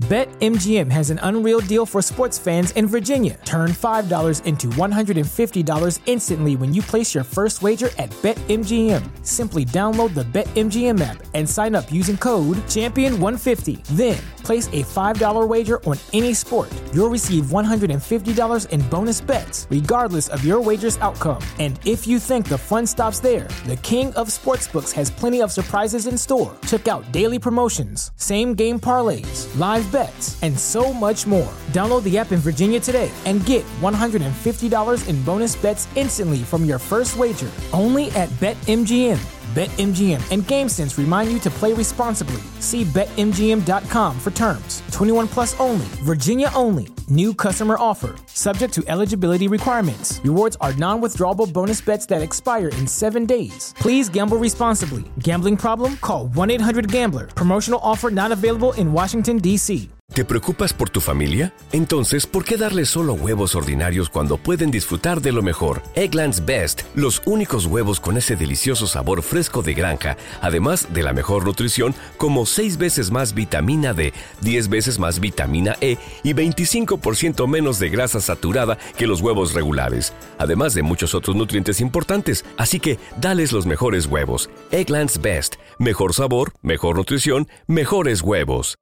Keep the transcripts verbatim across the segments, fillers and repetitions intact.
BetMGM has an unreal deal for sports fans in Virginia. Turn five dollars into one hundred fifty dollars instantly when you place your first wager at BetMGM. Simply download the BetMGM app and sign up using code champion one fifty. Then, place a five dollars wager on any sport. You'll receive one hundred fifty dollars in bonus bets, regardless of your wager's outcome. And if you think the fun stops there, the King of Sportsbooks has plenty of surprises in store. Check out daily promotions, same-game parlays, live bets, and so much more. Download the app in Virginia today and get one hundred fifty dollars in bonus bets instantly from your first wager. Only at BetMGM. BetMGM and GameSense remind you to play responsibly. See Bet M G M dot com for terms. twenty-one plus only. Virginia only. New customer offer. Subject to eligibility requirements. Rewards are non-withdrawable bonus bets that expire in seven days. Please gamble responsibly. Gambling problem? Call one eight hundred gambler. Promotional offer not available in Washington, D C ¿Te preocupas por tu familia? Entonces, ¿por qué darles solo huevos ordinarios cuando pueden disfrutar de lo mejor? Eggland's Best, los únicos huevos con ese delicioso sabor fresco de granja, además de la mejor nutrición, como seis veces más vitamina D, diez veces más vitamina E y veinticinco por ciento menos de grasa saturada que los huevos regulares, además de muchos otros nutrientes importantes. Así que, dales los mejores huevos. Eggland's Best, mejor sabor, mejor nutrición, mejores huevos.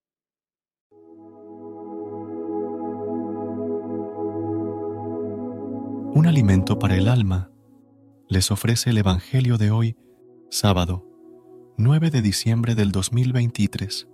Un alimento para el alma les ofrece el Evangelio de hoy, sábado, nueve de diciembre del dos mil veintitrés.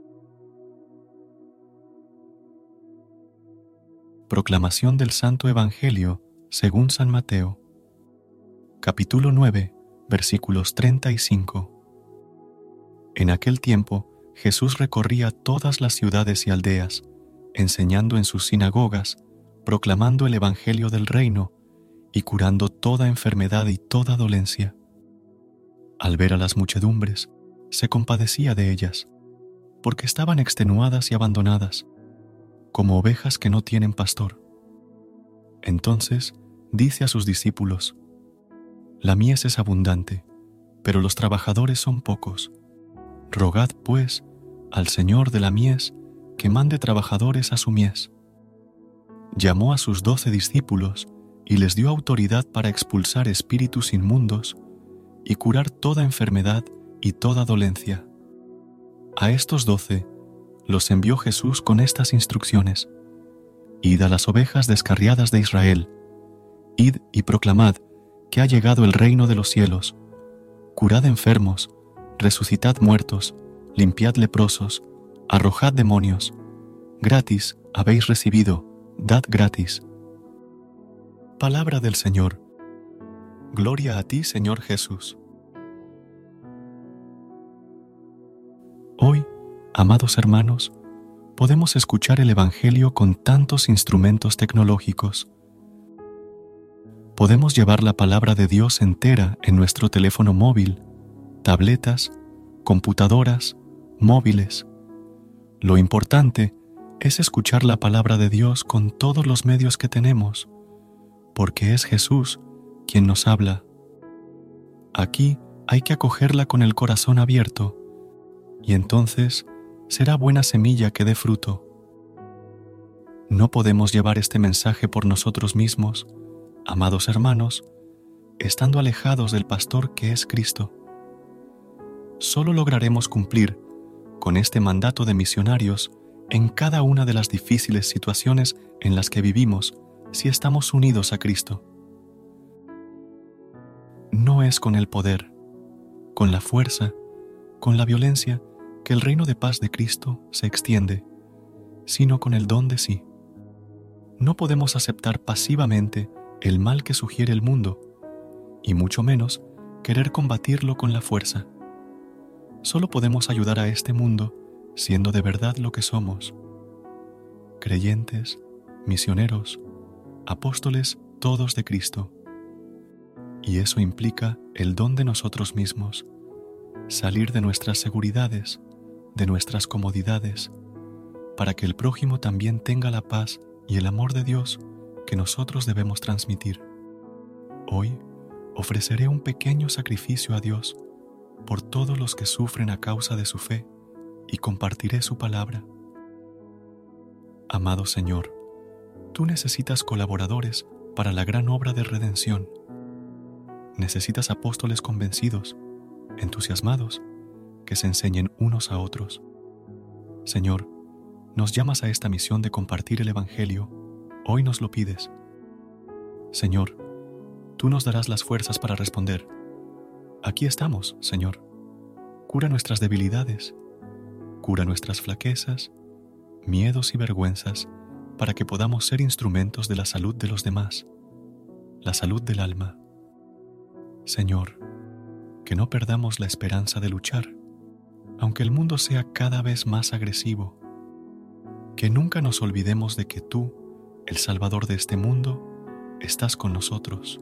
Proclamación del Santo Evangelio según San Mateo, capítulo nueve, versículos treinta y cinco. En aquel tiempo, Jesús recorría todas las ciudades y aldeas, enseñando en sus sinagogas, proclamando el Evangelio del reino y curando toda enfermedad y toda dolencia. Al ver a las muchedumbres, se compadecía de ellas, porque estaban extenuadas y abandonadas, como ovejas que no tienen pastor. Entonces dice a sus discípulos: La mies es abundante, pero los trabajadores son pocos. Rogad, pues, al Señor de la mies que mande trabajadores a su mies. Llamó a sus doce discípulos y les dio autoridad para expulsar espíritus inmundos y curar toda enfermedad y toda dolencia. A estos doce los envió Jesús con estas instrucciones: Id a las ovejas descarriadas de Israel, id y proclamad que ha llegado el reino de los cielos, curad enfermos, resucitad muertos, limpiad leprosos, arrojad demonios, gratis habéis recibido, dad gratis. Palabra del Señor. Gloria a ti, Señor Jesús. Hoy, amados hermanos, podemos escuchar el Evangelio con tantos instrumentos tecnológicos. Podemos llevar la palabra de Dios entera en nuestro teléfono móvil, tabletas, computadoras, móviles. Lo importante es escuchar la palabra de Dios con todos los medios que tenemos, porque es Jesús quien nos habla. Aquí hay que acogerla con el corazón abierto, y entonces será buena semilla que dé fruto. No podemos llevar este mensaje por nosotros mismos, amados hermanos, estando alejados del pastor que es Cristo. Solo lograremos cumplir con este mandato de misionarios en cada una de las difíciles situaciones en las que vivimos si estamos unidos a Cristo. No es con el poder, con la fuerza, con la violencia que el reino de paz de Cristo se extiende, sino con el don de sí. No podemos aceptar pasivamente el mal que sugiere el mundo, y mucho menos querer combatirlo con la fuerza. Solo podemos ayudar a este mundo siendo de verdad lo que somos: creyentes, misioneros, apóstoles todos de Cristo. Y eso implica el don de nosotros mismos, salir de nuestras seguridades, de nuestras comodidades, para que el prójimo también tenga la paz y el amor de Dios que nosotros debemos transmitir. Hoy ofreceré un pequeño sacrificio a Dios por todos los que sufren a causa de su fe y compartiré su palabra. Amado Señor, tú necesitas colaboradores para la gran obra de redención. Necesitas apóstoles convencidos, entusiasmados, que se enseñen unos a otros. Señor, nos llamas a esta misión de compartir el Evangelio. Hoy nos lo pides. Señor, tú nos darás las fuerzas para responder. Aquí estamos, Señor. Cura nuestras debilidades, cura nuestras flaquezas, miedos y vergüenzas, para que podamos ser instrumentos de la salud de los demás, la salud del alma. Señor, que no perdamos la esperanza de luchar, aunque el mundo sea cada vez más agresivo. Que nunca nos olvidemos de que tú, el Salvador de este mundo, estás con nosotros.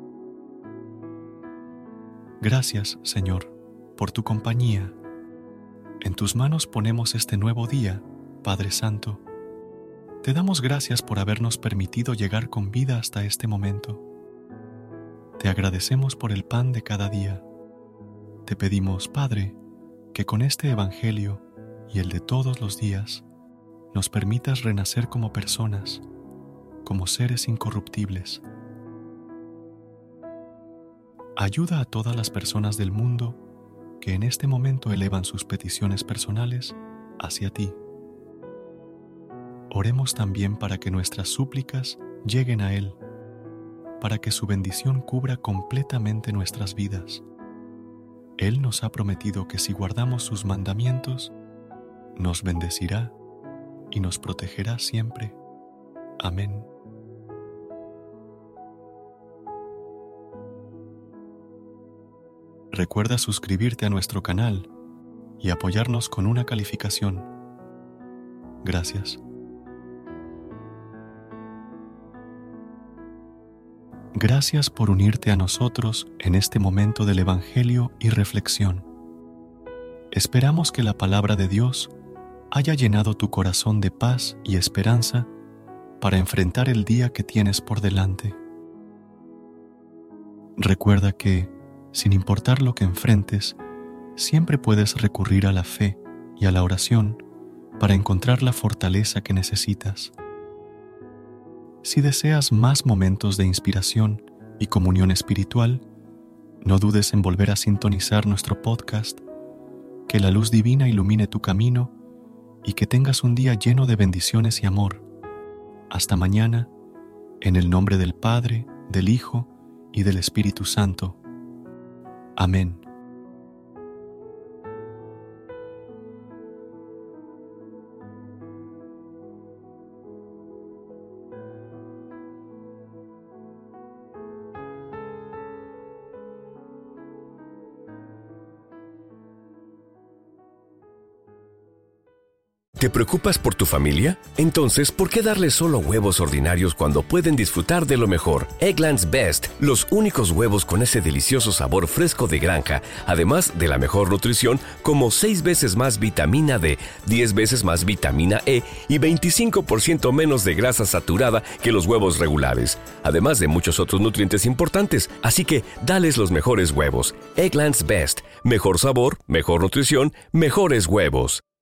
Gracias, Señor, por tu compañía. En tus manos ponemos este nuevo día, Padre Santo. Te damos gracias por habernos permitido llegar con vida hasta este momento. Te agradecemos por el pan de cada día. Te pedimos, Padre, que con este Evangelio y el de todos los días, nos permitas renacer como personas, como seres incorruptibles. Ayuda a todas las personas del mundo que en este momento elevan sus peticiones personales hacia ti. Oremos también para que nuestras súplicas lleguen a Él, para que su bendición cubra completamente nuestras vidas. Él nos ha prometido que si guardamos sus mandamientos, nos bendecirá y nos protegerá siempre. Amén. Recuerda suscribirte a nuestro canal y apoyarnos con una calificación. Gracias. Gracias por unirte a nosotros en este momento del Evangelio y reflexión. Esperamos que la palabra de Dios haya llenado tu corazón de paz y esperanza para enfrentar el día que tienes por delante. Recuerda que, sin importar lo que enfrentes, siempre puedes recurrir a la fe y a la oración para encontrar la fortaleza que necesitas. Si deseas más momentos de inspiración y comunión espiritual, no dudes en volver a sintonizar nuestro podcast. Que la luz divina ilumine tu camino y que tengas un día lleno de bendiciones y amor. Hasta mañana, en el nombre del Padre, del Hijo y del Espíritu Santo. Amén. ¿Te preocupas por tu familia? Entonces, ¿por qué darles solo huevos ordinarios cuando pueden disfrutar de lo mejor? Eggland's Best, los únicos huevos con ese delicioso sabor fresco de granja, además de la mejor nutrición, como seis veces más vitamina D, diez veces más vitamina E y veinticinco por ciento menos de grasa saturada que los huevos regulares, además de muchos otros nutrientes importantes. Así que, dales los mejores huevos. Eggland's Best, mejor sabor, mejor nutrición, mejores huevos.